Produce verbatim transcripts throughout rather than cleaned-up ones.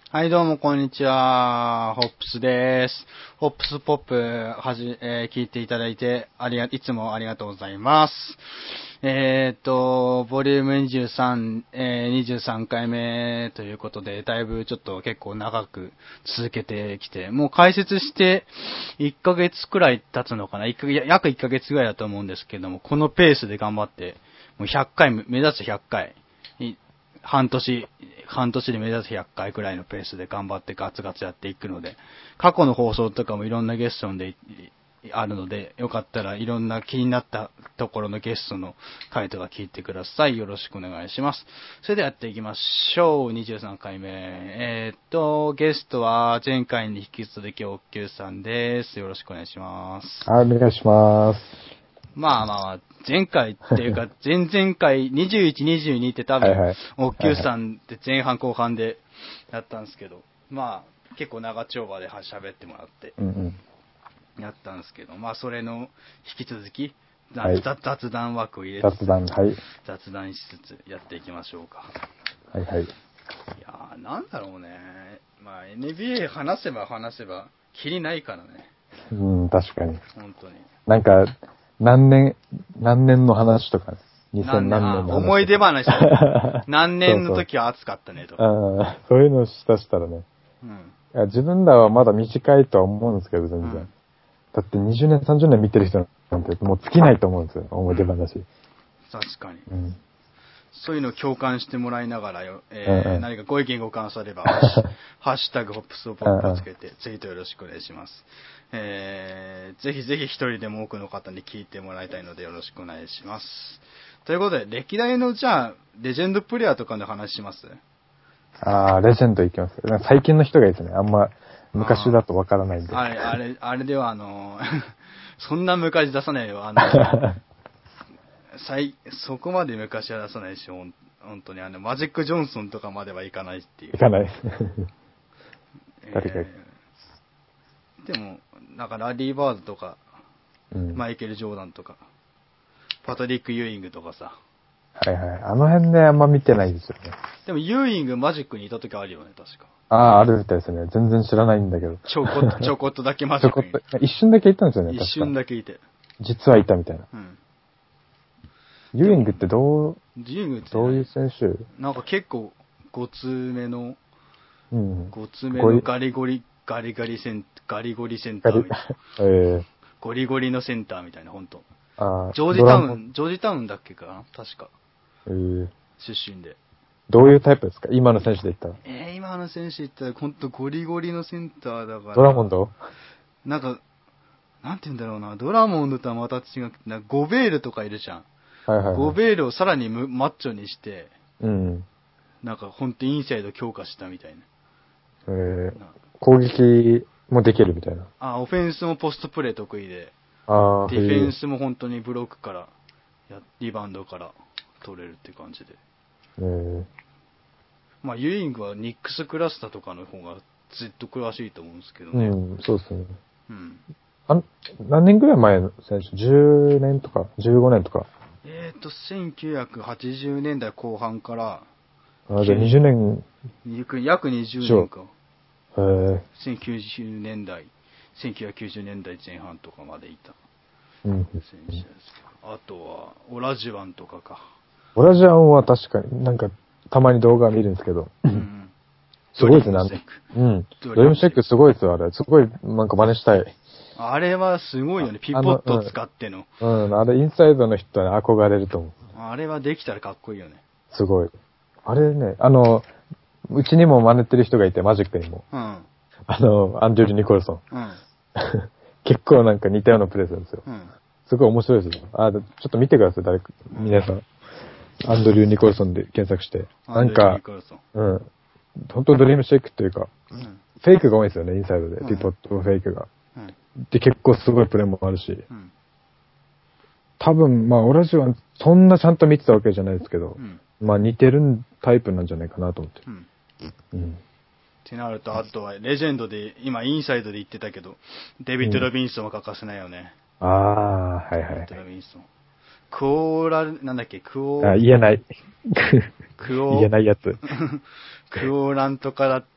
はい、どうも、こんにちは。ホップスです。ホップスポップ、はじ、えー、聞いていただいて、ありが、いつもありがとうございます。えーっと、ボリュームにじゅうさん、えー、にじゅうさんかいめということで、だいぶちょっと結構長く続けてきて、もう解説していっかげつくらい経つのかな、いっかげつ約いっかげつぐらいだと思うんですけども、このペースで頑張って、もうひゃっかい、目指すひゃっかい、半年、半年で目指すひゃっかいくらいのペースで頑張ってガツガツやっていくので、過去の放送とかもいろんなゲストであるので、よかったらいろんな気になったところのゲストの回とか聞いてください。よろしくお願いします。それではやっていきましょう。にじゅうさんかいめ。えー、っと、ゲストは前回に引き続きおっきゅうさんです。よろしくお願いします。 はい、お願いします。 まあまあまあ、前回っていうか、前々回、にじゅういち、にじゅうにって多分、 はいはい、 おっきゅうさんって前半後半でやったんですけど、まあ、結構長丁場で喋ってもらって、やったんですけど、まあ、それの引き続き、はい、雑談枠を入れて、 雑談、はい。 雑談しつつやっていきましょうか。 はいはい。いやー、なんだろうね。まあ、エヌビーエー 話せば話せば、きりないからね。 うん、確かに。 本当に。 なんか、何年、何年の話とか、にせん何年の話。 思い出話。何年の時は暑かったねとか。 そうそう、そういうのしたしたらね。うん、いや自分らはまだ短いとは思うんですけど、全然。うん、だってにじゅうねん、さんじゅうねん見てる人なんてもう尽きないと思うんですよ、思い出話。うん、 確かに。うん、そういうのを共感してもらいながらよ、えーうんうん、何かご意見ご感想あれば、ハッシュタグホップスをポップをつけて、ツイートよろしくお願いします。えー、ぜひぜひ一人でも多くの方に聞いてもらいたいのでよろしくお願いします。ということで、歴代のじゃあ、レジェンドプレイヤーとかの話します？ ああ、レジェンドいきます。最近の人がいいですね。あんま、昔だとわからないんで。 あれ、あれ、あれではあの、そんな昔出さないよ。あの、最そこまで昔は出さないし、ほん本当にあの、マジック・ジョンソンとかまではいかないっていう。 いかない。誰か、 えー、でも、なんかラリー・バーズとか、うん、マイケル・ジョーダンとか、パトリック・ユーイングとかさ。 はいはい。あの辺ね、あんま見てないですよね。 でも、ユーイングマジックにいた時あるよね、確か。 ああ、あるみたいですね。全然知らないんだけど。 ちょこっと、ちょこっとだけマジックに。 ちょこっと、一瞬だけいたんですよね、 一瞬だけいて。 実はいたみたいな。うん。ユーイングってどう、 ユーイングってどういう選手？ なんか結構、ごつめの、うん。ごつめのガリゴリ、ガリガリセン、ガリゴリセンターみたいな。えー、ゴリゴリのセンターみたいな、ほんと。あジョージタウン、ジョージタウンだっけかな確か。えー、出身で。 どういうタイプですか今の選手で言ったら。 えー、今の選手で言ったら、ほんとゴリゴリのセンターだから。 ドラモンドなんか、なんて言うんだろうな、ドラモンドとはまた違くて、なんかゴベールとかいるじゃん。はいはいはい、ゴベールをさらにマッチョにして、うん、なんかほんとインサイド強化したみたいな。 えー、攻撃もできるみたいな。 あ、オフェンスもポストプレー得意で、あディフェンスも本当にブロックからや、リバウンドから取れるって感じで。えー、まあユーイングはニックスクラスターとかの方がずっと詳しいと思うんですけどね。 うん、そうですね。うん。あ、何年ぐらい前の選手 ?じゅう 年とかじゅうごねんとか。 えっと、せんきゅうひゃくはちじゅうねんだいこう半から、 あ、じゃあにじゅうねん。 約にじゅうねんか。へぇ。せんきゅうじゅうねんだい、せんきゅうひゃくきゅうじゅうねんだいぜん半とかまでいた選手ですけど。あとは、オラジュワンとかか。 オラジュワンは確かになんか、たまに動画見るんですけど。うん、すごいですね。うん。ドリームシェイクすごいですよ、あれ。すごい、なんか真似したい。 あれはすごいよね。ピポット使っての。 うん、うん、あれインサイドの人は憧れると思う。 あれはできたらかっこいいよね。 すごい。あれね、あの、うちにも真似てる人がいて、マジックにも。うん。あの、アンドリュー・ニコルソン。うん。結構なんか似たようなプレーするんですよ。うん。すごい面白いですよ。あ、ちょっと見てください、誰か、皆さん。アンドリュー・ニコルソンで検索して。なんか、うん。本当ドリームシェイクというか、うん、フェイクが多いんですよね、インサイドで。うん、ピポットフェイクが。うん、で、結構すごいプレーもあるし。うん、多分、まあ、オラジュはそんなちゃんと見てたわけじゃないですけど、うん、まあ似てるタイプなんじゃないかなと思って。うんうん、ってなると、あとはレジェンドで、今インサイドで言ってたけど、デビッド・ロビンソンは欠かせないよね。 うん、ああ、はいはい。 デビッド・ロビンソン。クオーラル、なんだっけ、クオー。 あ、言えない。 クオー。 言えないやつ。 クオーランとかだっ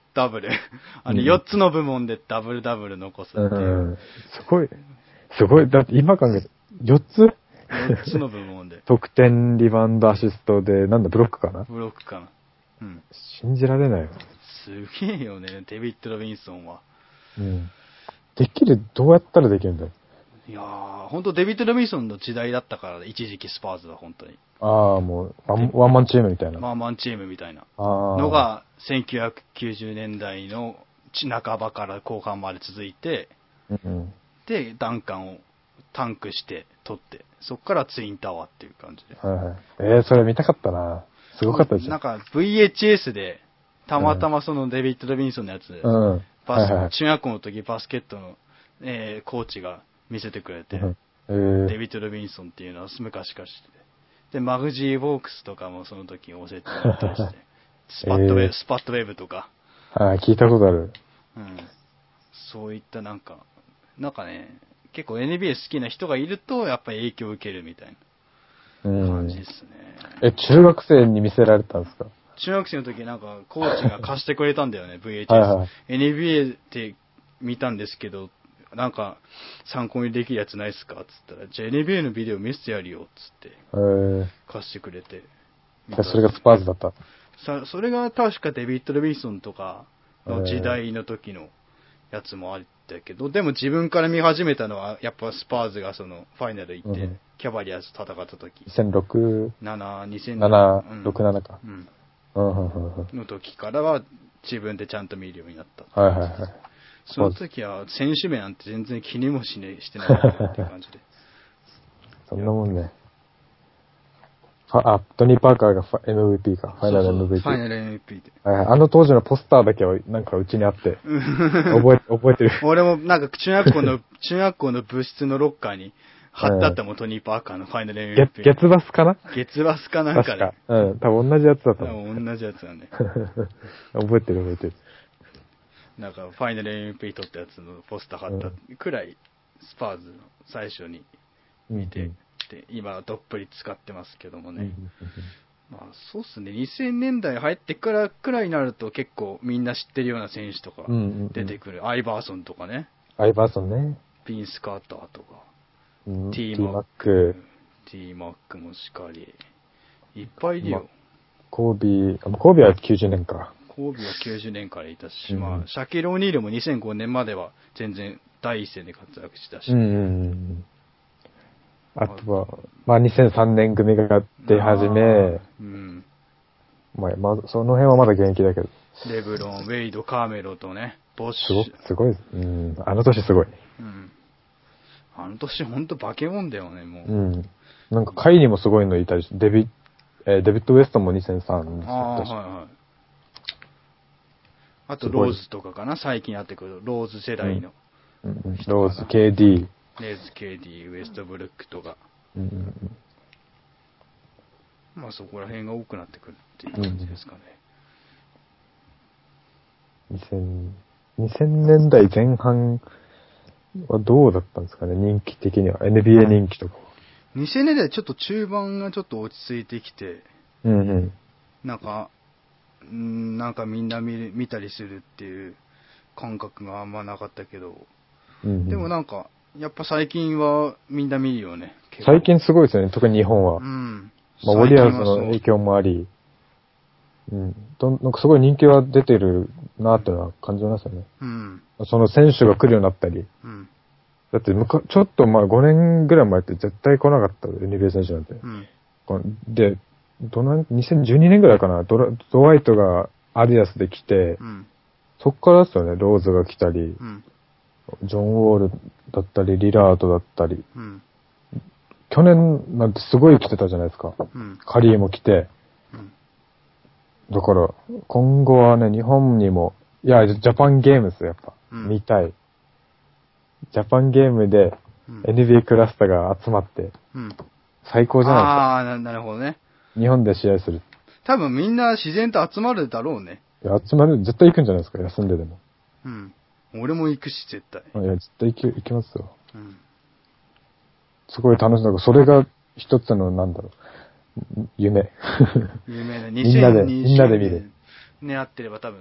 ダブル。あの、よっつの部門でダブルダブル残すっていう。 うん、すごい、すごい。だって今考えて、よっつ ?よつの部門で。 得点、リバウンド、アシストで、なんだ、ブロックかなブロックかな。うん。 信じられないよ。 すげえよね、デビッド・ロビンソンは。 うん。できる、どうやったらできるんだよ。 いやー、ほんとデビッド・ロビンソンの時代だったから、一時期スパーズは本当に。 ああ、もうワン、ワンマンチームみたいな。 ワンマンチームみたいな。 あのが、せんきゅうひゃくきゅうじゅうねんだいの半ばから後半まで続いて、 うんうん、 で、ダンカンをタンクして取って、そっからツインタワーっていう感じで。 はいはい。えー、それ見たかったな。すごかったじゃん。 なんか ブイエイチエス で、たまたまそのデビッド・ロビンソンのやつ、 うん、 バス、 はいはい、 中学校の時バスケットの、えー、コーチが見せてくれて、 うんえー、 デビッド・ロビンソンっていうのは昔から知ってて。で、マグジー・ボークスとかもその時教えてもらったりして、スパットウェブ、えー、スパットウェブとか。 ああ、聞いたことある。 うん。そういったなんか、なんかね、結構 エヌビーエー 好きな人がいると、やっぱり影響を受けるみたいな感じですね。 え、中学生に見せられたんですか？ 中学生の時なんかコーチが貸してくれたんだよね、ブイエイチエス。はいはい、エヌビーエー って見たんですけど、なんか参考にできるやつないっすかっつったら、じゃあ エヌビーエー のビデオ見せてやるよっつって貸してくれて。 それがスパーズだった。 さそれが確かデビッド・ロビンソンとかの時代の時のやつもあったけど、でも自分から見始めたのはやっぱスパーズがそのファイナル行って、うん、キャバリアーズ戦った時。 にせんろく、 なな、にせんなな、ろく、ななか。 うん。の時からは自分でちゃんと見るようになった。 はいはいはい。 その時は選手名なんて全然気にもしねしてなかったっていう感じで。 そんなもんね。あ、トニー・パーカーが エムブイピー か。ファイナル エムブイピー。 そうそうファイナル エムブイピー で。 はい、あの当時のポスターだけはなんかうちにあって。覚え、覚えてる。 俺もなんか中学校の、中学校の部室のロッカーに貼ってあったもん、トニー・パーカーのファイナル エムブイピー。 月バスかな月バスかなんかで。 確か。うん。多分同じやつだったもん。同じやつだね。 覚えてる覚えてる。 なんかファイナル エムブイピー 取ったやつのポスター貼ったくらい、スパーズの最初に見て、うんで今どっぷり使ってますけどもね。まあそうっすね。にせんねんだい入ってからくらいになると結構みんな知ってるような選手とか出てくる。うんうんうん、アイバーソンとかね。 アイバーソンね。 ビンス・カーターとか。 うん、T マック。 T マックもしかり。いっぱいいるよ。ま、 コービー、コービーはきゅうじゅうねんか。 コービーはきゅうじゅうねんからいたし、うん、まあシャキロ・オニールもにせんごねんまでは全然第一線で活躍したし。 うんうんうんあとは、まあにせんさんねん組が出始め、うん、まあ、まあ、その辺はまだ現役だけど。 レブロン、ウェイド、カーメロとね、ボッシュ。すごい、すごい、うん、あの年すごい。 うん。あの年ほんと化け物だよね、もう。 うん。なんか、カイにもすごいのいたりし、デビ、えー、デビッド・ウエストンもにせんさんだったし。 ああ、はいはい。あと、ローズとかかな、最近やってくる、ローズ世代の、 うんうんうん。ローズ、ケーディー。 レーズ・ケーディー、ウエストブルックとか。 うんうんうん、 まあそこら辺が多くなってくるっていう感じですかね。 うん、にせん、にせんねんだいぜん半はどうだったんですかね、人気的には。エヌビーエー 人気とかは。 にせんねんだいちょっと中盤がちょっと落ち着いてきて、 うんうん、 なんか、んなんかみんな 見, 見たりするっていう感覚があんまなかったけど、 うんうん、 でもなんか、やっぱ最近はみんな見るよね。 最近すごいですよね、特に日本は。 うん。 まあ、ウォリアーズの影響もあり、うん。どなんかすごい人気は出てるなっていうのは感じますよね。 うん。 その選手が来るようになったり。 うん。 だってむか、ちょっとまあごねんぐらい前って絶対来なかった エヌビーエー 選手なんて。 うん。 で、どの、にせんじゅうにねんぐらいかな、ドラ、ドワイトがアディダスで来て、 うん、 そっからですよね、ローズが来たり、 うん、 ジョン・ウォールだったり、リラードだったり、 うん、 去年なんてすごい来てたじゃないですか。 うん、 カリーも来て、うん、だから、今後はね、日本にも、いや、ジャパンゲームスやっぱ、うん、見たい。ジャパンゲームで、エヌビーエー クラスターが集まって、うん、最高じゃないですか。 ああ、なるほどね。 日本で試合する。 多分みんな自然と集まるだろうね。 いや、集まる、絶対行くんじゃないですか、休んででも。 うん。俺も行くし、絶対。 いや、絶対行き、行きますよ。 うん。 すごい楽しい。だからそれが一つの、なんだろう、夢。 夢だ。 みんなで、みんなで見る。 ね、あってれば多分、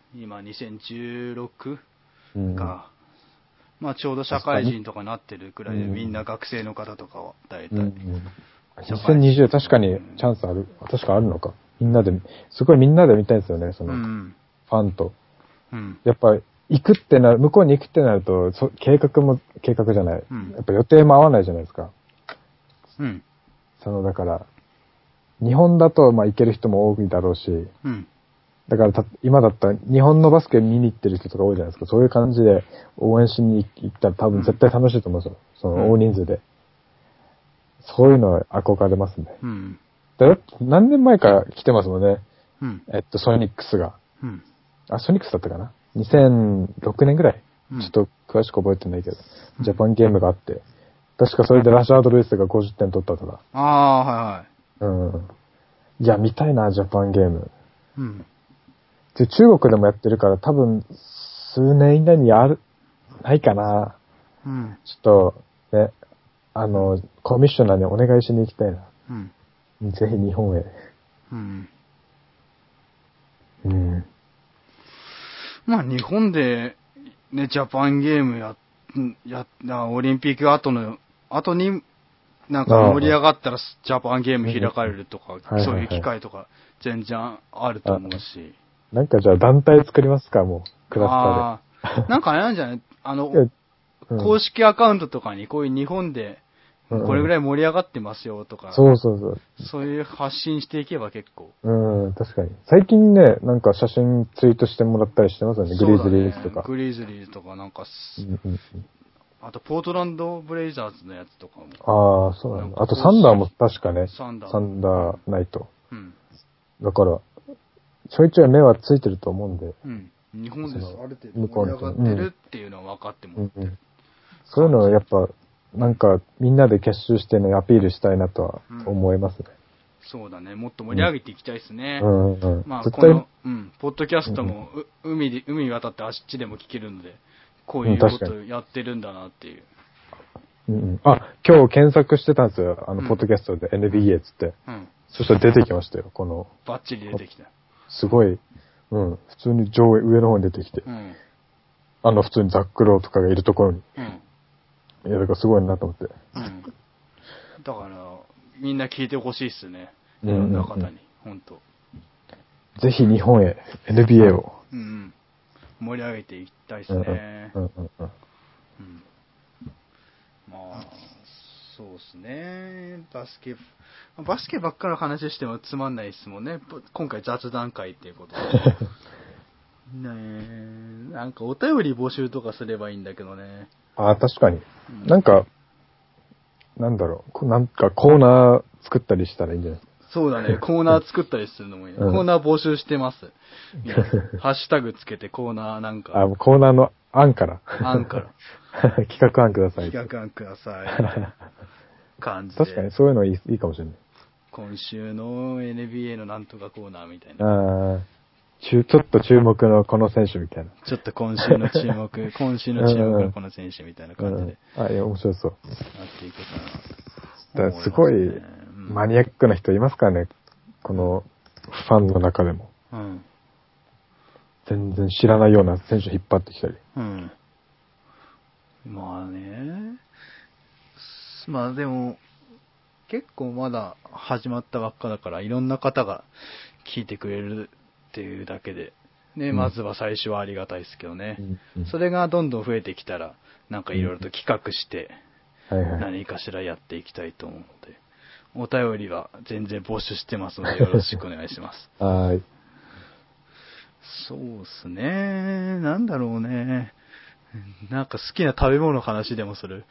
今にせんじゅうろくうん、 か。まあちょうど社会人とかなってるくらいで、みんな学生の方とかは大体。うんうん、 にせんにじゅう確かにチャンスある、確かあるのか。みんなで、すごいみんなで見たいんですよね、その、うん、ファンと。うん、やっぱ行くってなる、向こうに行くってなると、そ計画も、計画じゃない、うん。やっぱ予定も合わないじゃないですか。うん。その、だから、日本だと、まあ行ける人も多いだろうし、うん。だからた、今だったら日本のバスケ見に行ってる人とか多いじゃないですか。そういう感じで応援しに行ったら多分絶対楽しいと思うんですよ。その大人数で。うん、そういうのは憧れますね。うん。だ何年前から来てますもんね。うん。えっと、ソニックスが。うん。あ、ソニックスだったかな ?にせんろく 年ぐらい、うん、ちょっと詳しく覚えてないけど、うん、ジャパンゲームがあって、確かそれでラシャード・ルイスがごじゅってん取ったとか。 ああ、はいはい。 うん。いや、見たいな、ジャパンゲーム。うん。で、中国でもやってるから多分、数年以内にある、ないかな。うん。ちょっと、ね、あの、コミッショナーにお願いしに行きたいな。うん。ぜひ日本へ。うん。 うん。まあ日本で、ね、ジャパンゲームや、や、オリンピック後の、後に、なんか盛り上がったらジャパンゲーム開かれるとか、そういう機会とか全然あると思うし。 なんかじゃあ団体作りますか、もう。クラスターで。なんかあれなんじゃないあの、うん、公式アカウントとかにこういう日本で、これぐらい盛り上がってますよとか、うん、 そうそうそう。 そういう発信していけば結構。 うん、確かに。最近ね、なんか写真ツイートしてもらったりしてますよね、グリズリーズとか。 グリズリーズとかなんか、うんうんうん、あとポートランドブレイザーズのやつとかも。 ああ、そうなんだ。あとサンダーも確かね、サンダー、サンダーナイト。うん。だから、ちょいちょい目はついてると思うんで。 うん。日本である程度盛り上がってるっていうのは分かってもらってる。うんうん、 そういうのはやっぱ、なんかみんなで結集してね、アピールしたいなとは思いますね。 うん、そうだね。もっと盛り上げていきたいですね。 うんうんうん、 まあ、この、うん、ポッドキャストも、うん、海で、海渡ってあっちでも聞けるので、こういうことやってるんだなっていう。 うんうん、あ、今日検索してたんですよ。あの、うん、ポッドキャストで エヌビーエー つって。うん。そしたら出てきましたよ、この。 バッチリ出てきた。 すごい、うん、普通に上位、上の方に出てきて。うん。あの、普通にザックローとかがいるところに。うん。いや、だからすごいなと思って。うん。 だから、みんな聞いてほしいっすね。いろんな方に、うんうんうん、ほんと。 ぜひ日本へ エヌビーエー を。 うん、うん。盛り上げていきたいっすね。うんうんうんうん。うん、まあ、そうっすね。バスケ、バスケばっかり話してもつまんないっすもんね。今回雑談会っていうことで。ねえ、なんかお便り募集とかすればいいんだけどね。 ああ、確かに。うん、なんか、なんだろう、なんかコーナー作ったりしたらいいんじゃないですか。 そうだね、コーナー作ったりするのもいいね。うん、コーナー募集してます。ハッシュタグつけてコーナーなんか。 あ、コーナーの案から。 案から。 企画案ください。 企画案ください。感じで。 確かにそういうのいい、いいかもしれない。 今週の エヌビーエー のなんとかコーナーみたいな。 ああ。ちょっと注目のこの選手みたいな。 ちょっと今週の注目、今週の注目のこの選手みたいな感じで。うんうん、あ、いや、面白そう。 やっていこうかな。 だからすごいマニアックな人いますからね。このファンの中でも。うん。全然知らないような選手引っ張ってきたり。うん。 まあね。まあでも、結構まだ始まったばっかだから、いろんな方が聞いてくれるっていうだけで、ね、うん、まずは最初はありがたいですけどね。うんうん、それがどんどん増えてきたら、なんかいろいろと企画して、何かしらやっていきたいと思うので、お便りは全然募集してますので、よろしくお願いします。 はい。 そうですね。なんだろうね。なんか好きな食べ物の話でもする。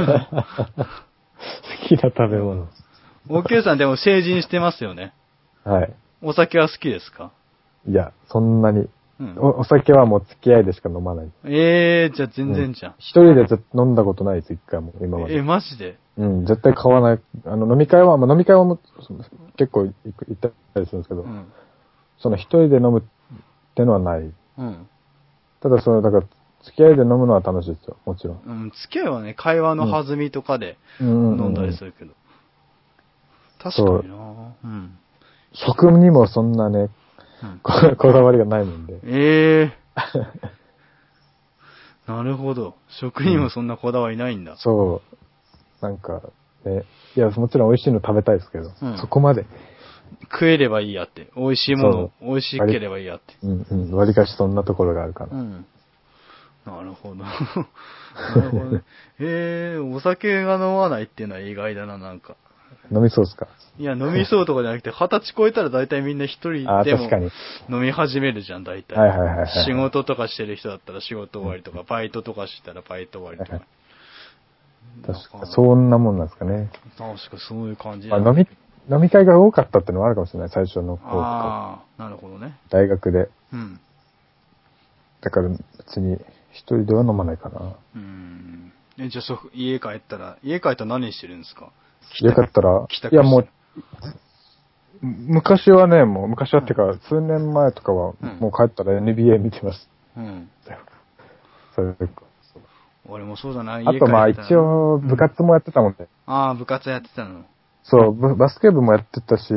好きな食べ物。 オーケーさんでも成人してますよね。 はい。 お酒は好きですか？ いや、そんなに、うん、お。お酒はもう付き合いでしか飲まない。 ええー、じゃあ全然じゃん。 一、うん、人で飲んだことないです、一回も、今まで。 え、マジで？ うん、絶対買わない。あの、飲み会は、まあ、飲み会はも結構行ったりするんですけど、うん、その一人で飲むってのはない。うん。ただ、その、だから、付き合いで飲むのは楽しいですよ、もちろん。 うん、付き合いはね、会話の弾みとかで飲んだりするけど。確かにな。うん。 食にもそんなね、 うん、こ, こだわりがないもんで。 ええー。なるほど。食にもそんなこだわりないんだ。うん、 そう。なんか、ね。いや、もちろん美味しいの食べたいですけど、うん、そこまで。 食えればいいやって。美味しいもの、美味しければいいやって。 うんうん。割かしそんなところがあるかな。うん。 なるほど。なるほどね。ええー、お酒が飲まないっていうのは意外だな、なんか。 飲みそうっすか？ いや、飲みそうとかじゃなくて、二十歳超えたら大体みんな一人でも飲み始めるじゃん、大体。 はいはいはい、はい。 仕事とかしてる人だったら仕事終わりとか、バイトとかしてたらバイト終わりとか。はいはい、確かそんなもんなんですかね。 確かそういう感じだ、ね。飲み、飲み会が多かったってのもあるかもしれない、最初の方とか。 ああ、なるほどね。 大学で。 うん。 だから別に一人では飲まないかな。 うん。え、じゃあそう、家帰ったら、家帰ったら何してるんですか？ 家帰ったら、いやもう、昔はね、もう、昔はってか、うん、数年前とかは、もう帰ったら エヌビーエー 見てます。うん。それか。 俺もそうだな、 家帰ったら。あとまあ一応、部活もやってたもんで、 うん。ああ、部活やってたの。 そう、バスケ部もやってたし、うん、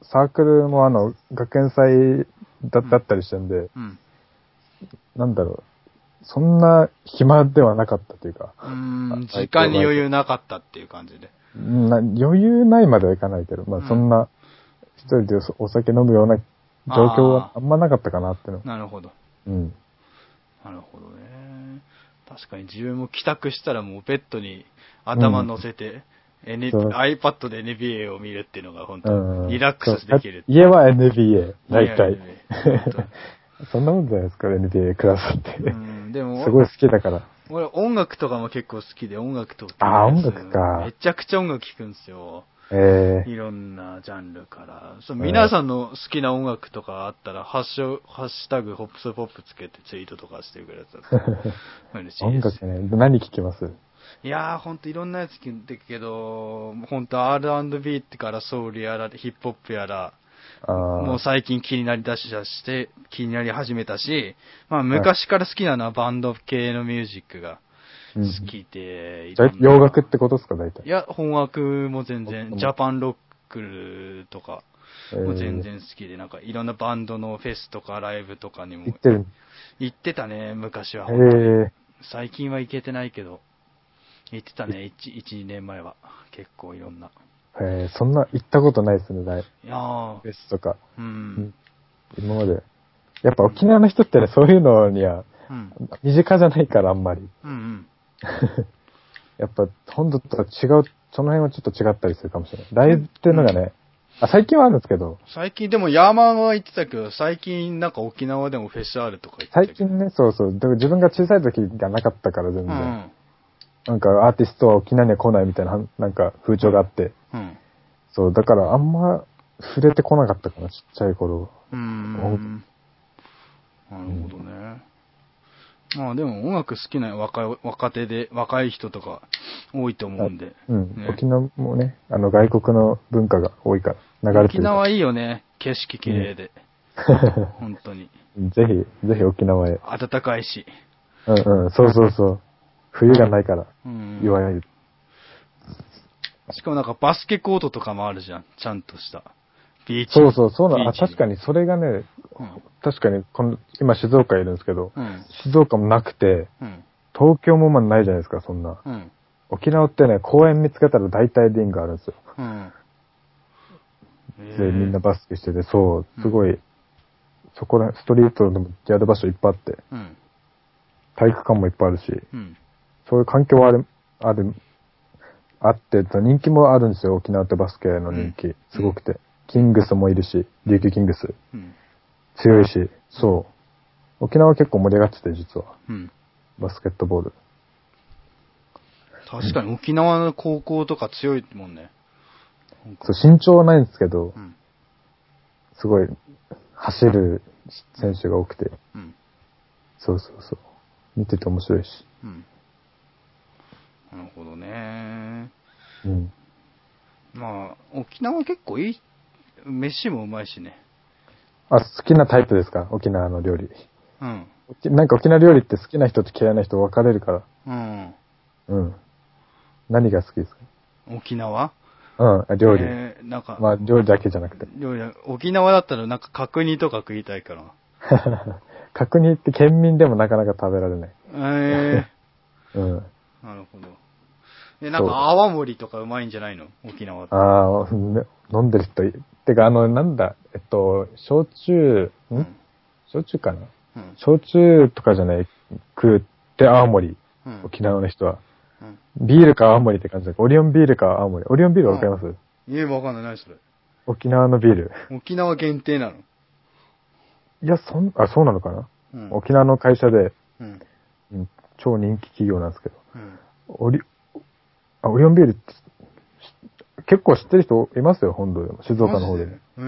サークルもあの、学園祭だったりしてんで、うんうん、なんだろう、そんな暇ではなかったというか。 うーん、時間に余裕なかったっていう感じで。 な余裕ないまではいかないけど、まあそんな、一人でお酒飲むような状況はあんまなかったかなっての。 なるほど。 うん。 なるほどね。確かに自分も帰宅したらもうベッドに頭乗せて、うん、N、iPad で エヌビーエー を見るっていうのが本当、うん、リラックスできる。 家は エヌビーエー、大体。そんなもんじゃないですか、エヌビーエー クラスって。うん、でも、すごい好きだから。 俺音楽とかも結構好きで、音楽とか。 ああ、音楽か。 めちゃくちゃ音楽聴くんですよ。 ええー。 いろんなジャンルから。そう、皆さんの好きな音楽とかあったら、ハッシュ、ハッシュタグ、ホップスポップつけてツイートとかしてくれたら嬉しいです。 音楽ね、何聴きます？ いやー、ほんといろんなやつ聞いてるけど、ほんと アールアンドビー ってからソウルやら、ヒップホップやら、もう最近気になりだしだして、気になり始めたし、まあ昔から好きなのはバンド系のミュージックが好きで、 うん、洋楽ってことですか、大体。 いや、本楽も全然、ジャパンロックとかも全然好きで、なんかいろんなバンドのフェスとかライブとかにも行ってる。 行ってたね、昔は。最近は行けてないけど、行ってたね、いち、いち、にねんまえは。結構いろんな。 へえ、そんな行ったことないですね、だい。 いやー。 フェスとか。 うん。 今まで。やっぱ沖縄の人ってね、そういうのには、身近じゃないからあんまり。 うんうん。 やっぱ、本土とは違う、その辺はちょっと違ったりするかもしれない。ライブっていうのがね、うん、あ、最近はあるんですけど。 最近、でもヤーマンは言ってたけど、最近なんか沖縄でもフェスあるとか言ってたけど。 最近ね、そうそう。でも自分が小さい時がなかったから全然。うん、なんかアーティストは沖縄には来ないみたいな、なんか風潮があって。うん。そう、だからあんま触れてこなかったかな、ちっちゃい頃。 うーん。なるほどね。まあでも音楽好きな若い、若手で、若い人とか多いと思うんで。 うん、ね。沖縄もね、あの外国の文化が多いから流れてる。 沖縄いいよね。景色綺麗で。うん、本当に。 ぜひ、ぜひ沖縄へ。 暖かいし。 うんうん、そうそうそう。冬がないから。うん。いわゆる。 しかもなんかバスケコートとかもあるじゃん。ちゃんとした。ビーチ。 そうそう、そうなの。あ、確かにそれがね、うん、確かにこの、今静岡いるんですけど、うん、静岡もなくて、うん、東京もまあないじゃないですか、そんな。うん、沖縄ってね、公園見つけたら大体リングあるんですよ。うん、で、みんなバスケしてて、そう、すごい、うん、そこら、ストリートでもやる場所いっぱいあって、うん、体育館もいっぱいあるし、うん、そういう環境はある、ある、あって、人気もあるんですよ、沖縄ってバスケの人気。すごくて。キングスもいるし、琉球キングス。うん、強いし、そう。沖縄は結構盛り上がってて、実は。うん、バスケットボール。 確かに沖縄の高校とか強いもんね。 そう、身長はないんですけど、うん、すごい、走る選手が多くて。うん、そうそうそう。見てて面白いし。うん、 なるほどね。 うん。 まあ、沖縄結構いい、飯もうまいしね。 あ、好きなタイプですか？沖縄の料理。うん。なんか沖縄料理って好きな人と嫌いな人分かれるから。うん。うん。何が好きですか？ 沖縄？ うん、料理。 えー、なんか。 まあ、料理だけじゃなくて。 料理、沖縄だったらなんか角煮とか食いたいから。 角煮って県民でもなかなか食べられない。 えー。うん。 なるほど。え、なんか泡盛とかうまいんじゃないの沖縄って。 ああ、飲んでる人い、てかあの、なんだ、えっと、焼酎、ん、うん、焼酎かな、うん、焼酎とかじゃない、食って青森、うん、沖縄の人は。うん、ビールか青森って感じだ。オリオンビールか青森。オリオンビールわかります？うん、 ええ、わかんない。何それ。 沖縄のビール。 沖縄限定なの？ いや、そん、あ、そうなのかな、うん、沖縄の会社で、うん、超人気企業なんですけど。うん、オリ、あ、オリオンビールって結構知ってる人いますよ、本土でも。静岡の方でも。うん。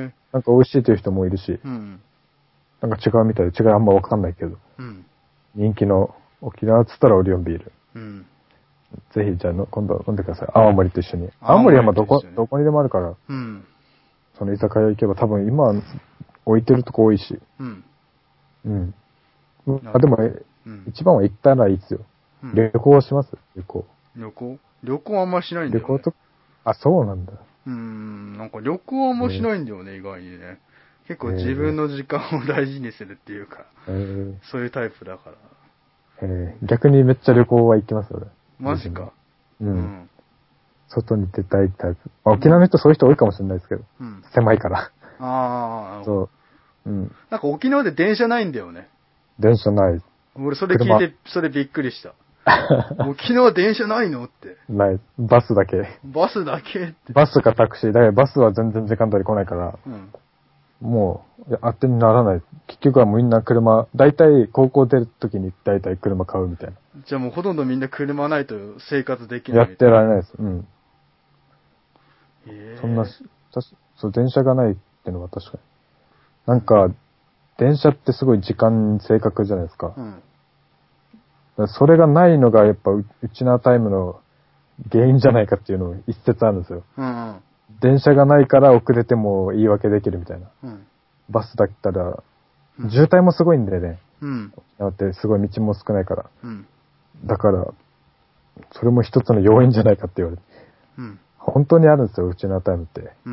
なんか美味しいという人もいるし、うん、なんか違うみたいで、違いあんまわかんないけど、うん、人気の沖縄っつったらオリオンビール。うん、ぜひ、じゃあ今度飲んでください。青森と一緒に。青森はまあどこ、どこにでもあるから、うん、その居酒屋行けば多分今置いてるとこ多いし。うん。うん。あ、でも、うん、一番は行ったらいいですよ。うん、旅行します？旅行。 旅行旅行あんましないんだよね。 旅行と、あ、そうなんだ。 うーん、なんか旅行あんましないんだよね、えー、意外にね。結構自分の時間を大事にするっていうか、えー、そういうタイプだから。 えー、逆にめっちゃ旅行は行きますよね。 マジか。 うん。うん、外に出たいタイプ。まあ、沖縄の人そういう人多いかもしれないですけど。うん、狭いから。 ああ、 そう。うん。 なんか沖縄で電車ないんだよね。 電車ない。 俺それ聞いて、それびっくりした。沖縄電車ないのって。 ない。バスだけ。 バスだけって。 バスかタクシー。だからバスは全然時間通り来ないから、うん、もう、当てにならない。結局はもうみんな車、大体高校出るときに大体車買うみたいな。 じゃあもうほとんどみんな車ないと生活できない。 やってられないです。うん。へそんな、そう、電車がないってのは確かに。なんか、電車ってすごい時間正確じゃないですか。うん、それがないのがやっぱうちなタイムの原因じゃないかっていうの一説あるんですよ。うんうん、電車がないから遅れても言い訳できるみたいな。うん、バスだったら、渋滞もすごいんだよね。うん、だってすごい道も少ないから。うん、だから、それも一つの要因じゃないかって言われて。うん、本当にあるんですよ、うちなタイムって。うん、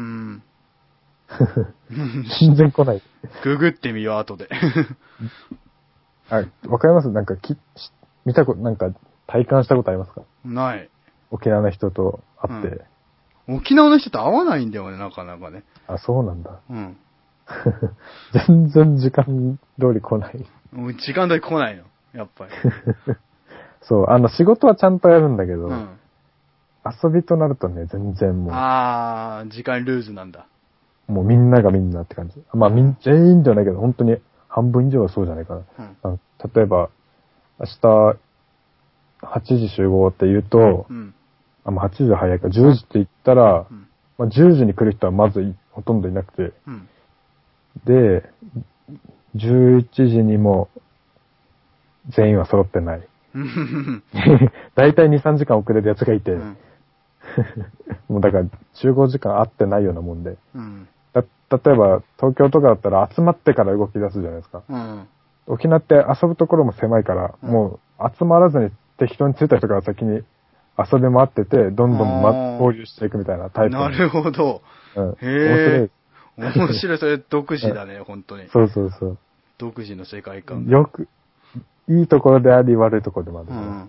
全然来ない。 ググってみよう、後で。 あ、わかります？なんかき、見たこと、なんか、体感したことありますか？ ない。 沖縄の人と会って、 うん。沖縄の人と会わないんだよね、なかなかね。 あ、そうなんだ。うん。全然時間通り来ない。 もう時間通り来ないの、やっぱり。 そう、あの、仕事はちゃんとやるんだけど、うん、遊びとなるとね、全然もう。 あー、時間ルーズなんだ。 もうみんながみんなって感じ。まあ、みん、全員じゃないけど、本当に半分以上はそうじゃないかな。うん、例えば、明日、はちじ集合って言うと、うん、あ、まあ、はちじは早いか、じゅうじって言ったら、うん、まあ、じゅうじに来る人はまずほとんどいなくて、うん、で、じゅういちじにも全員は揃ってない。だいたいに、さんじかん遅れるやつがいて、うん、もうだから集合時間合ってないようなもんで、うん、だ例えば東京とかだったら集まってから動き出すじゃないですか。うん、沖縄って遊ぶところも狭いから、うん、もう集まらずに適当に着いた人が先に遊び回ってて、どんどん、ま、交流していくみたいなタイプ。 なるほど。うん、へえ。面白い。面白い。それ独自だね、本当に。 そうそうそう。 独自の世界観。 よく、いいところであり悪いところでもある、ね。うん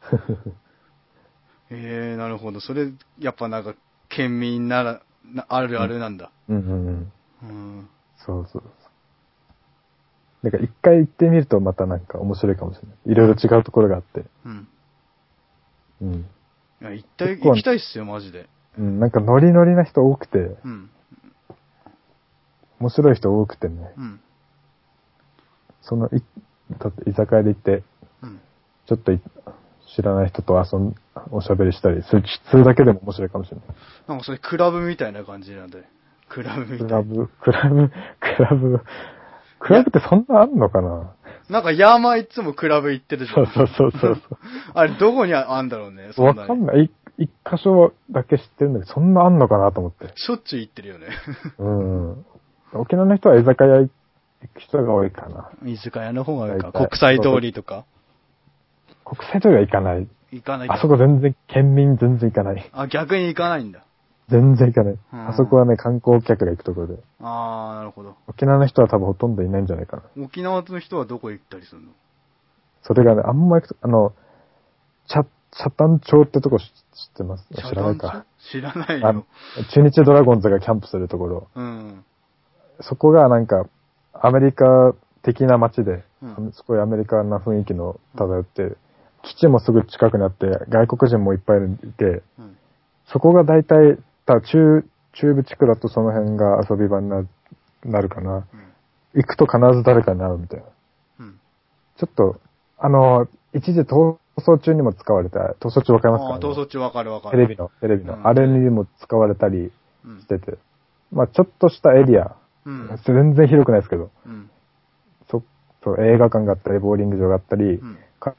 へえ、なるほど。それ、やっぱなんか、県民なら、あるあるなんだ。うん、うん、うん。 うん。そうそうそう。だから一回行ってみるとまたなんか面白いかもしれない。いろいろ違うところがあって。うん。 うん。いや、行ったい、行きたいっすよ、マジで。 うん、なんかノリノリな人多くて。うん。面白い人多くてね。うん。その、い、だって居酒屋で行って、うん。ちょっとい、知らない人と遊ん、おしゃべりしたりする、するだけでも面白いかもしれない。 なんかそれクラブみたいな感じなんで。クラブみたいな。 クラブ、クラブ、クラブ、クラブってそんなあんのかな？ なんかヤーマいつもクラブ行ってるじゃん。 そうそうそうそう。 あれどこにあんだろうね。 わかんない。一箇所だけ知ってるんだけど、そんなあんのかなと思って。 しょっちゅう行ってるよね。 うん。沖縄の人は居酒屋行く人が多いかな。 居酒屋の方が多いか。国際通りとか。 国際通りは行かない。 行かない。 あそこ全然、県民全然行かない。 あ、逆に行かないんだ。 全然行かない。あそこはね、観光客が行くところで。 あー、なるほど。 沖縄の人は多分ほとんどいないんじゃないかな。 沖縄の人はどこ行ったりするの？ それがね、あんま行くと、あの、茶、茶谷町ってとこ知ってます？知らないか。 知らないよ。 中日ドラゴンズがキャンプするところ。 うん。 そこがなんか、アメリカ的な街で、 うん、 すごいアメリカな雰囲気の漂って、うん、基地もすぐ近くなって、外国人もいっぱいいて、うん、そこが大体、中、中部地区だとその辺が遊び場になるかな、うん。行くと必ず誰かに会うみたいな。うん、ちょっと、あの、一時逃走中にも使われた、逃走中わかりますか？ ああ、逃走中わかるわかる。 テレビの、テレビの、うん、あれにも使われたりしてて、うん、まあちょっとしたエリア、うん、全然広くないですけど、うん、そ、そう、映画館があったり、ボーリング場があったり、うん、か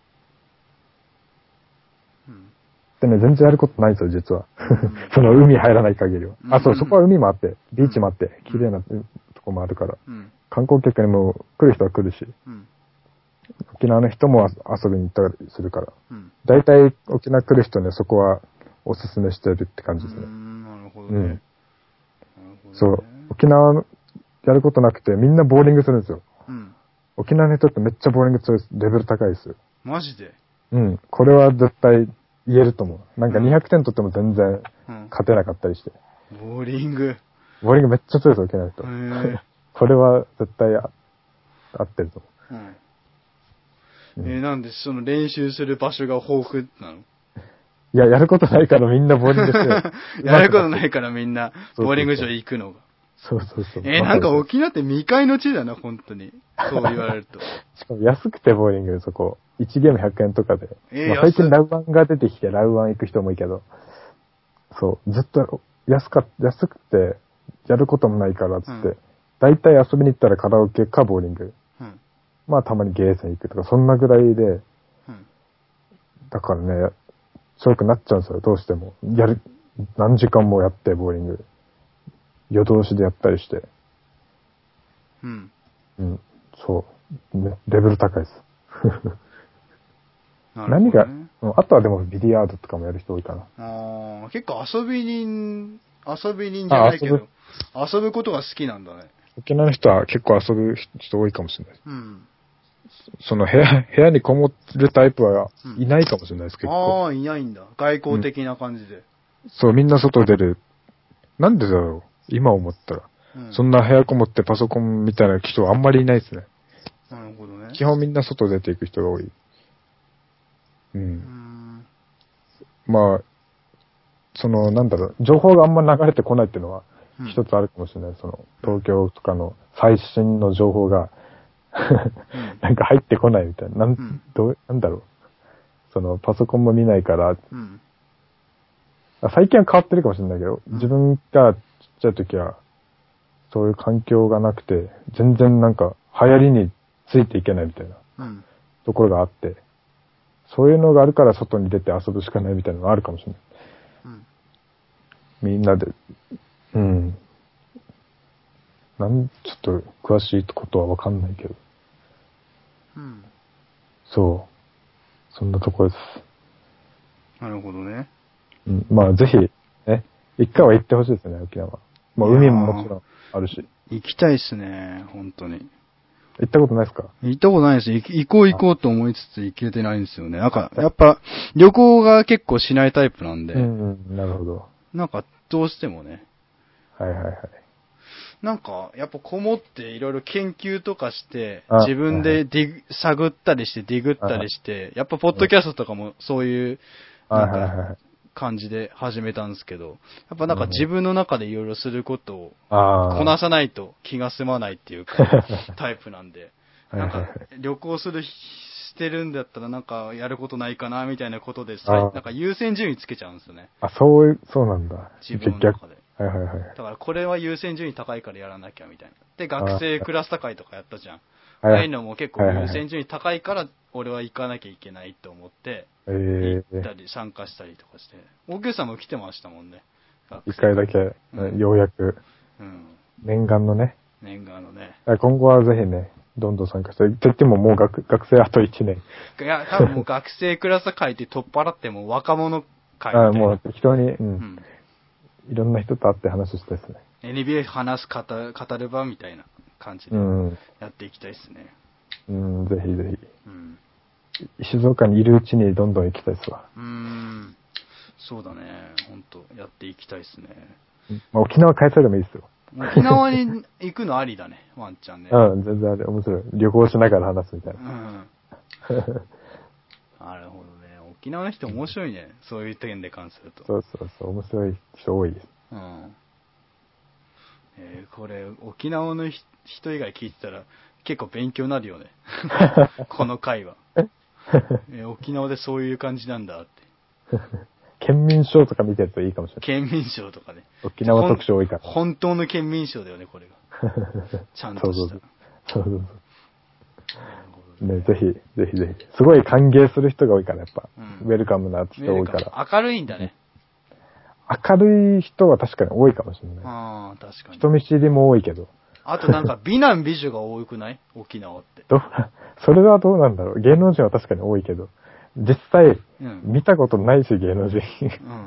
でね、全然やることないんですよ、実は。うん、その海入らない限りは。うん、あ、そう、そこは海もあって、ビーチもあって、綺麗なとこもあるから、うん、観光客にも来る人は来るし、うん、沖縄の人も遊びに行ったりするから、うん、大体沖縄来る人ね、そこはおすすめしてるって感じですね。 うん、なるほどね。うん、なるほどね。そう、沖縄やることなくて、みんなボーリングするんですよ。うん、沖縄の人ってめっちゃボーリング強いです。レベル高いですよ。 マジで？ うん。これは絶対言えると思う。なんかにひゃくてん取っても全然勝てなかったりして。 うん、ボーリング。 ボーリングめっちゃ強いですよ、沖縄の人。これは絶対あ合ってると思う。 うんうん、えー、なんでその練習する場所が豊富なの？ いや、やることないからみんなボーリングしてる。 やることないからみんなボーリング場行くのが。 そうそうそう。 えー、なんか沖縄って未開の地だな、本当に。そう言われると。 しかも安くてボーリング、そこ。いちゲームひゃくえんとかで。えーまあ、最近ラウワンが出てきて、ラウワン行く人もいいけど。そう。ずっと安か、安くて、やることもないからっつって。うん、だいたい遊びに行ったらカラオケかボーリング。うん、まあたまにゲーセン行くとか、そんなぐらいで。うん、だからね、強くなっちゃうんですよ、どうしても。やる、何時間もやって、ボーリング。夜通しでやったりして。うん。うん。そう。ね、レベル高いです。なるほどね、何が、あとはでもビリヤードとかもやる人多いかな。 ああ、結構遊び人、遊び人じゃないけど、遊ぶ、遊ぶことが好きなんだね。 沖縄の人は結構遊ぶ人多いかもしれない。うん。その部屋、部屋にこもるタイプはいないかもしれないです、うん、結構。 ああ、いないんだ。外交的な感じで、うん。 そう、みんな外出る。なんでだろう、今思ったら。うん、そんな部屋こもってパソコンみたいな人はあんまりいないですね。 なるほどね。 基本みんな外出ていく人が多い。うん。うんまあ、その、なんだろう、情報があんま流れてこないっていうのは一つあるかもしれない。その、東京とかの最新の情報がなんか入ってこないみたいな。なん、うん、どう、なんだろう。その、パソコンも見ないから、うん、最近は変わってるかもしれないけど、自分がちっちゃい時は、そういう環境がなくて、全然なんか流行りについていけないみたいな、うん、ところがあって、そういうのがあるから外に出て遊ぶしかないみたいなのがあるかもしれない。うん、みんなで、うん。なん、ちょっと詳しいことはわかんないけど。うん。そう。そんなとこです。 なるほどね。 うん。まあぜひ、ね、一回は行ってほしいですね、沖縄。まあ海ももちろんあるし。 行きたいっすね、本当に。 行ったことないですか？ 行ったことないです。行こう行こうと思いつつ行けてないんですよね。なんか、やっぱ、旅行が結構しないタイプなんで。 うんうん、なるほど。 なんか、どうしてもね。 はいはいはい。 なんか、やっぱこもっていろいろ研究とかして、自分でディグ、はいはい、探ったりしてディグったりして、やっぱポッドキャストとかもそういう、なんか、感じで始めたんですけど、やっぱなんか自分の中でいろいろすることをこなさないと気が済まないっていうかタイプなんで、なんか旅行するしてるんだったらなんかやることないかなみたいなことで、なんか優先順位つけちゃうんですよね。 あ、そういう、そうなんだ。 自分の中で。 はいはいはい。 だからこれは優先順位高いからやらなきゃみたいな。で、学生クラスター会とかやったじゃん。ああいうのも結構優先順位高いから俺は行かなきゃいけないと思って、行ったり参加したりとかして。大牛さんも来てましたもんね。 一回だけ、うん、ようやく、うん。念願のね。 念願のね。 今後はぜひね、どんどん参加して。って言ってももう学、学生あといちねん。 いや、多分もう学生クラス会って取っ払っても若者会みたいな。 あもう適当に、うん。うん、 いろんな人と会って話したいですね。 エヌビーエー 話す語、語る場みたいな感じでやっていきたいですね。 うん、うん、ぜひぜひ。 うん、 静岡にいるうちにどんどん行きたいですわ。 うーん。そうだね。ほんと、やっていきたいですね。 まあ、沖縄帰されてもいいですよ。 沖縄に行くのありだね、ワンちゃんね。 うん、全然あれ、面白い。旅行しながら話すみたいな。うん。 なるほどね。沖縄の人面白いね。そういう点で関すると。 そうそうそう、面白い人多いです。 うん。えー、これ、沖縄の人以外聞いてたら結構勉強になるよね。この回は、えー。沖縄でそういう感じなんだって。 県民賞とか見てるといいかもしれない。 県民賞とかね。 沖縄特徴多いから。 本当の県民賞だよね、これが。ちゃんとした。 そうそうそう。そうそうね、ぜひ、ぜひぜひ。すごい歓迎する人が多いから、やっぱ。うん、ウェルカムな人多いから。 明るいんだね。 明るい人は確かに多いかもしれない。 ああ、確かに。 人見知りも多いけど。 あとなんか美男美女が多くない沖縄って。 どそれはどうなんだろう。芸能人は確かに多いけど。実際、うん、見たことないし、芸能人。うん。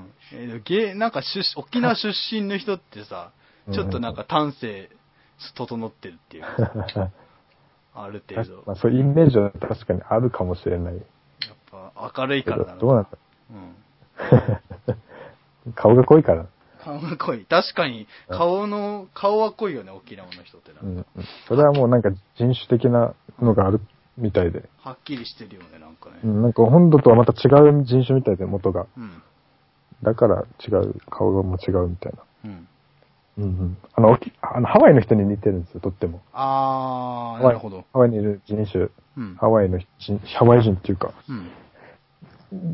えー、芸、なんか出、沖縄出身の人ってさ、ちょっとなんか端正、整ってるっていうか、ある程度。 まあ、そういうイメージは確かにあるかもしれない。やっぱ明るいからなのか。 どうなんだろう。うん。顔が濃いから。 顔が濃い。確かに、顔の、顔は濃いよね、沖縄の人ってなんか。 うん。それはもうなんか人種的なのがあるみたいで。 はっきりしてるよね、なんかね。 うん、なんか本土とはまた違う人種みたいで、元が。うん。だから違う、顔も違うみたいな。うん。うんうん。あの、あのハワイの人に似てるんですよ、とっても。 あー、なるほど。 ハワイにいる人種。うん。ハワイの人、ハワイ人っていうか。うん。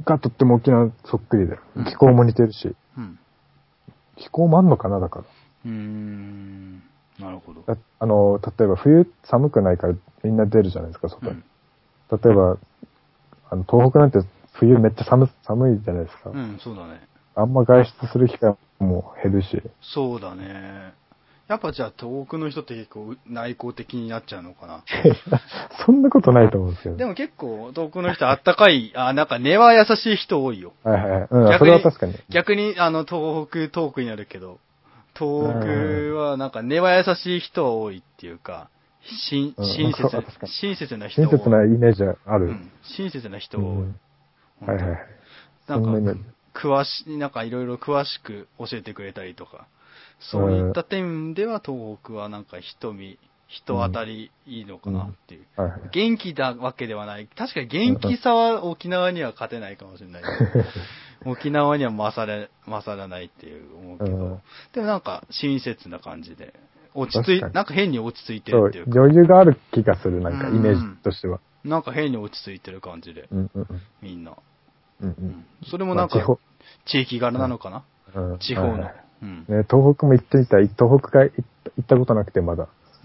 がとっても沖縄そっくりで。気候も似てるし。うん。気候もあんのかな、だから。 うーん。なるほど。 あの、例えば冬寒くないからみんな出るじゃないですか、外に。うん、例えば、あの、東北なんて冬めっちゃ寒、寒いじゃないですか。 うん、そうだね。 あんま外出する機会も減るし。 そうだね。やっぱじゃあ東北の人って結構内向的になっちゃうのかな。 そんなことないと思うんですけど。 でも結構東北の人あったかい、あ、なんか根は優しい人多いよ。 はいはい。うん、それは確かに。 逆に、あの、東北トークになるけど、東北はなんか根は優しい人が多いっていうか、親切、親切な人親切なイメージある。うん、 親切な人多い。うん、 はいはい。 なんか、詳しい、なんかいろいろ詳しく教えてくれたりとか、そういった点では東北はなんか人見、人当たりいいのかなっていう。うんはいはい、元気だわけではない。確かに元気さは沖縄には勝てないかもしれない。沖縄には勝れ、勝らないっていう思うけど、うん、でもなんか親切な感じで、落ち着い、なんか変に落ち着いてるっていうか。 そう、余裕がある気がする、なんかイメージとしては。 うん、なんか変に落ち着いてる感じで、 うんうんうん、 みんな、 うんうん。 それもなんか、まあ、地域柄なのかな、うん、地方の、はいはいうん、ね。東北も行ってみたい。東北が行ったことなくてまだ。 うん。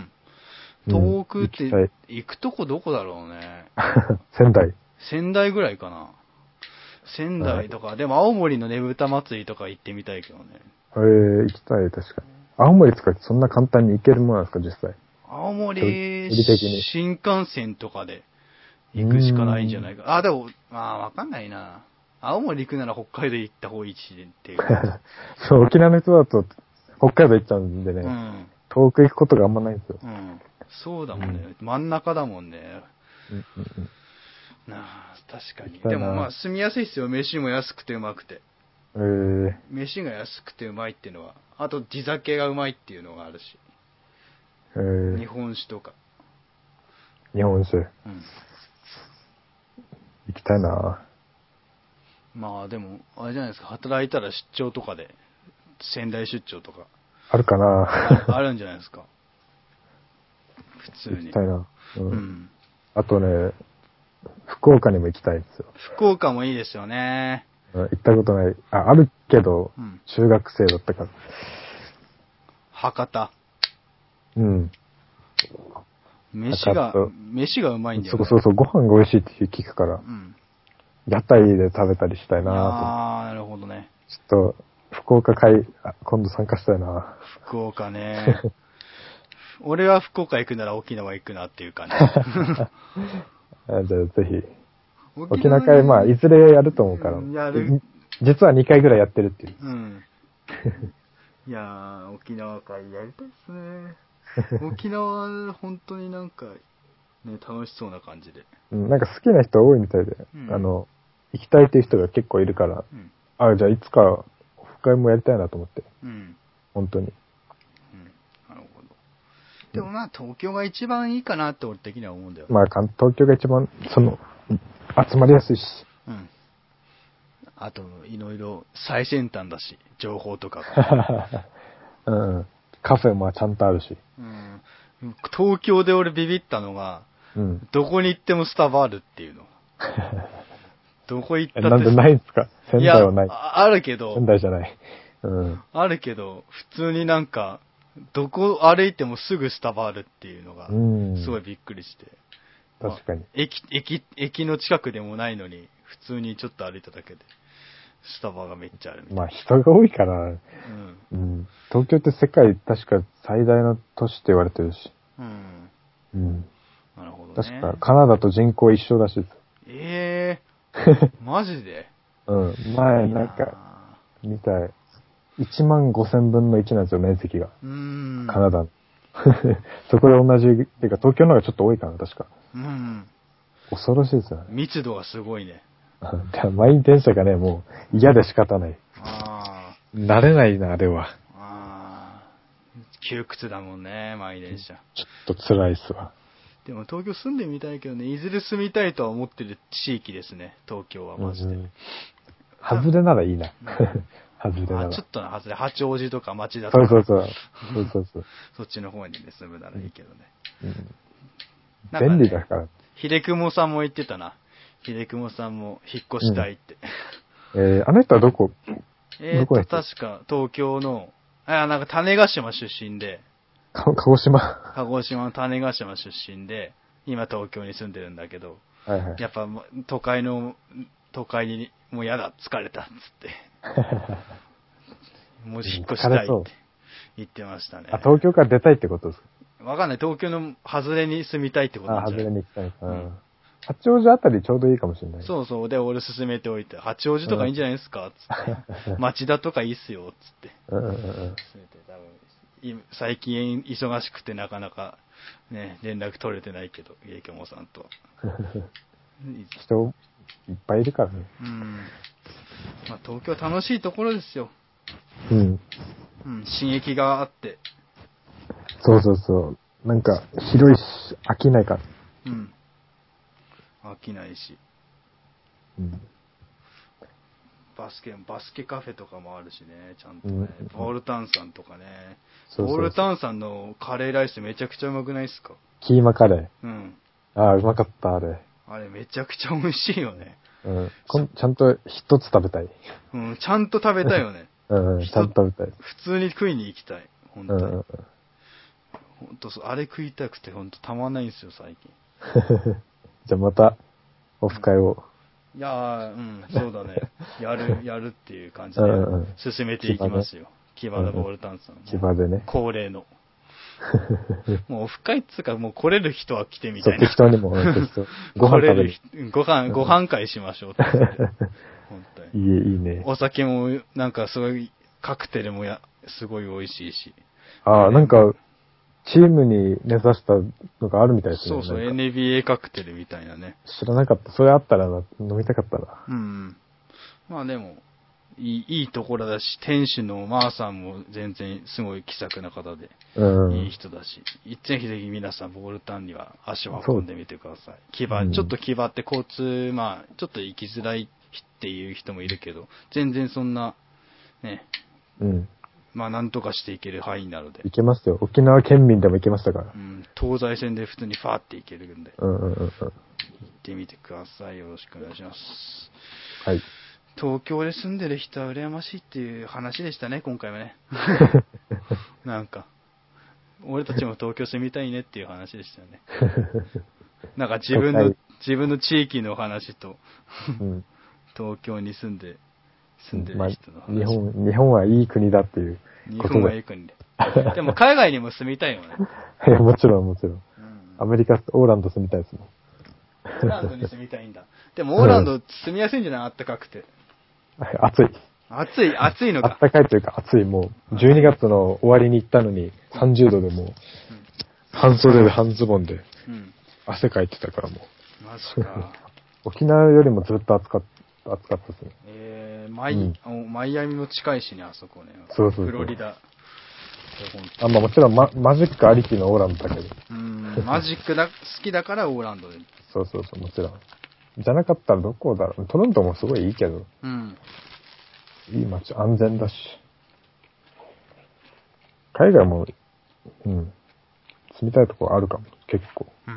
東北って行くとこどこだろうね。 仙台。 仙台ぐらいかな。仙台とか、はい、でも青森のねぶた祭りとか行ってみたいけどね。 へえー、行きたい、確かに。青森とかそんな簡単に行けるものなんですか、実際。 青森、新幹線とかで行くしかないんじゃないか。あ、でも、まあわかんないな。青森行くなら北海道行った方がいいしっていう。 そう、沖縄の人だと北海道行っちゃうんでね。うん、遠く行くことがあんまないんですよ。 うん。そうだもんね。うん、真ん中だもんね。 うんうんうんなあ、確かに。でもまあ住みやすいっすよ。飯も安くてうまくて。 えー、 飯が安くてうまいっていうのは。あと地酒がうまいっていうのがあるし。 えー、 日本酒とか。 日本酒。うん。行きたいな。 まあでも、あれじゃないですか。働いたら出張とかで。仙台出張とか。 あるかなあ。あるんじゃないですか。普通に。 行きたいな。うん。 うん、 あとね、福岡にも行きたいんですよ。 福岡もいいですよね。 行ったことない。あ、あるけど、うん、中学生だったから。 博多。 うん。 飯が、飯がうまいんだよね。 そうそうそう、ご飯が美味しいって聞くから。うん。屋台で食べたりしたいなぁと。 ああ、なるほどね。 ちょっと、福岡会、今度参加したいなぁ。 福岡ね。俺は福岡行くなら沖縄行くなっていう感じ。 じゃあぜひ。沖縄会、まあ、いずれやると思うから。うん、やる。実はにかいぐらいやってるっていう。 うん。 いやー、沖縄会やりたいっすね。沖縄、本当になんか、ね、楽しそうな感じで。 うん、なんか好きな人多いみたいで、うん、あの、行きたいっていう人が結構いるから、うん、あ、じゃあいつかオフ会もやりたいなと思って。うん。本当に。 うん。なるほど。でもまあ、東京が一番いいかなって俺的には思うんだよ。 まあ、東京が一番、その、集まりやすいし。うん。 あと、いろいろ最先端だし、情報とかが。うん。カフェもちゃんとあるし。 うん。東京で俺ビビったのが、うん、どこに行ってもスタバあるっていうの。どこ行ったって。 なんでないんですか？仙台はない。 いや、あるけど。 仙台じゃない。うん。 あるけど、普通になんか、どこ歩いてもすぐスタバあるっていうのが、すごいびっくりして。 確かに、まあ。 駅、駅、駅の近くでもないのに、普通にちょっと歩いただけで、スタバがめっちゃあるみたいな。 まあ人が多いから、うん。うん。東京って世界確か最大の都市って言われてるし。うん。うん。 なるほどね。 確かカナダと人口一緒らしいです。 ええー。マジでうん。前なんか、見たい。いちまんごせんぶんのいちなんですよ、面積が。うん。カナダ。そこで同じ、っていうか東京の方がちょっと多いかな、確か。うん。恐ろしいですよね。 密度がすごいね。 満員電車がね、もう嫌で仕方ない。ああ。慣れないな、あれは。ああ。窮屈だもんね、満員電車。 ちょっと辛いっすわ。 でも東京住んでみたいけどね、いずれ住みたいとは思ってる地域ですね、東京はマジで。うん、 外れならいいな。外れなら。 あ、ちょっとな、外れ。八王子とか町田とか。 そうそうそう。そうそうそう。 そっちの方にね、住むならいいけどね。 うん、便利だから。 秀雲さんも言ってたな。秀雲さんも引っ越したいって。 うん、えー、あの人はどこえーと、確か東京の、あ、なんか種子島出身で。 か、鹿児島鹿児島の種子島出身で、今東京に住んでるんだけど、はいはい、やっぱ都会の、都会にもう嫌だ、疲れたっつって。もう引っ越したいって言ってましたね。 あ、東京から出たいってことですか？ わかんない。東京の外れに住みたいってことなんじゃない？ あ、外れに行きたい。うん。八王子あたりちょうどいいかもしれない。 そうそう。で、俺勧めておいて、八王子とかいいんじゃないですかつって。町田とかいいっすよ、つって。うんうんうん。最近忙しくてなかなかね、連絡取れてないけど、家京もさんとは。 人いっぱいいるからね。 うん。まあ、東京楽しいところですよ。 うん。 うん、刺激があって。 そうそうそう。なんか、広いし、飽きないから。 うん。飽きないし。うん。バスケ、バスケカフェとかもあるしね、ちゃんとね。うん、ボールタンさんとかね。そうそうそう。ボールタンさんのカレーライスめちゃくちゃうまくないっすか？ キーマカレー。うん。ああ、うまかった、あれ。 あれめちゃくちゃ美味しいよね。 うん。ちゃんと一つ食べたい。 うん、ちゃんと食べたいよね。 うん、ちゃんと食べたい。 普通に食いに行きたい。本当に。うん、本当あれ食いたくて本当たまんないんですよ、最近。 じゃあまた、オフ会を。 いやー、うん、そうだね。やる、やるっていう感じで進めていきますよ。木場のボールタンさん。 木場でね。 恒例の。もうオフ会っつうか、もう来れる人は来てみたいな。 適当にも、ご飯食べる。 ご飯、ご飯会しましょうって。本当に。いい、いいね。 お酒も、なんかすごい、カクテルもや、すごい美味しいし。 ああ、なんか、チームに根ざしたのがあるみたいですね。 そうそう、エヌビーエー カクテルみたいなね。 知らなかった。それあったらな飲みたかったな。 うん。まあでも、いい、いいところだし、店主のマーさんも全然すごい気さくな方で、うん、いい人だし、ぜひぜひ皆さんボールタンには足を運んでみてください。牙、うん、ちょっと牙って交通、まあ、ちょっと行きづらいっていう人もいるけど、全然そんな、ね、うん。まあ、なんとかしていける範囲なので。 行けますよ。沖縄県民でも行けましたから。 うん。東西線で普通にファーって行けるんで。 うんうんうんうん。 行ってみてください。よろしくお願いします。 はい。 東京で住んでる人は羨ましいっていう話でしたね、今回はね。なんか、俺たちも東京住みたいねっていう話でしたよね。なんか自分の、自分の地域の話と、うん、東京に住んで、住んでる人の話、まあ、 日本、日本はいい国だっていうことで。日本はいい国で。でも海外にも住みたいよね。 いや、もちろんもちろん。うん、アメリカ、オーランド住みたいですもん。 オーランドに住みたいんだ。でもオーランド住みやすいんじゃない？あったかくて。 暑い。 暑い、暑いのか。 あったかいというか暑い、もう、じゅうにがつの終わりに行ったのに、さんじゅうどでもう、半袖で半ズボンで、汗かいてたからもう。 マジか。 沖縄よりもずっと暑かった、暑かったですね。 えー、マイ、うん、マイアミも近いしね、あそこね。 そうそうそう。 フロリダ。 あ、まあもちろんママジックありきのオーランドだけど。 うん、マジックだ、好きだからオーランドで。 そうそうそう、もちろん。じゃなかったらどこだろう。トロントもすごいいいけど。 うん。 いい街、安全だし。海外も、うん。住みたいところあるかも、結構。うん。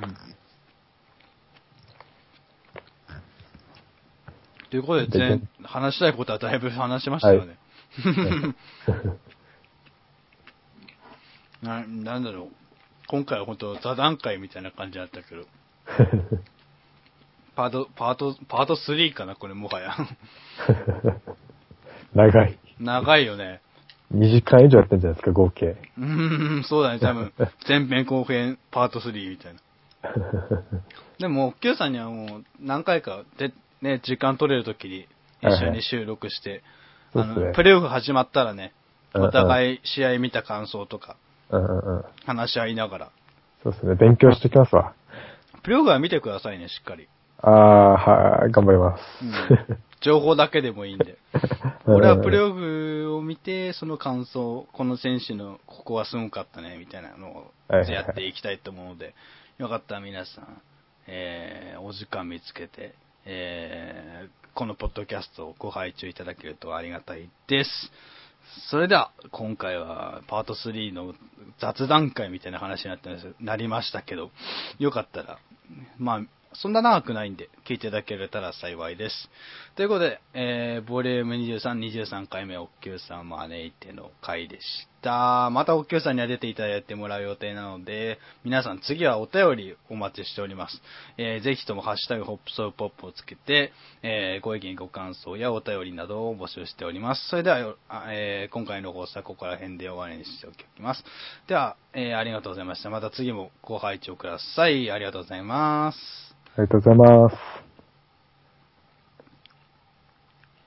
ということで、全話したいことはだいぶ話しましたよね。はい、な, なんだろう。今回は本当座談会みたいな感じだったけど。パート、パート、パートスリーかな、これもはや。 長い。 長いよね。 にじかん以上やってんじゃないですか、合計。 うーん、そうだね、多分。前編後編、パートスリーみたいな。でも、Q さんにはもう何回かで、ね、時間取れるときに一緒に収録して、はいはい、あの、ね、プレーオフ始まったらね、お互い試合見た感想とか、話し合いながら。 そうですね、勉強してきますわ。 プレーオフは見てくださいね、しっかり。 ああ、はい、頑張ります。 うん、情報だけでもいいんで。俺はプレーオフを見て、その感想、この選手のここはすごかったね、みたいなのをやっていきたいと思うので、よかったら皆さん、えー、お時間見つけて、えー、このポッドキャストをご拝聴いただけるとありがたいです。それでは、今回はパートスリーの雑談会みたいな話になってなりましたけど、よかったら、まあ、そんな長くないんで、聞いていただけたら幸いです。ということで、えー、ボリュームにじゅうさん、にじゅうさんかいめ、おっきゅうさんを招いての回でした。またおっきゅうさんには出ていただいてもらう予定なので、皆さん次はお便りお待ちしております。えー、ぜひともハッシュタグホップソウポップをつけて、えー、ご意見ご感想やお便りなどを募集しております。それでは、えー、今回の放送はここら辺で終わりにしておきます。では、えー、ありがとうございました。また次もご拝聴ください。ありがとうございます。 ありがとうございます。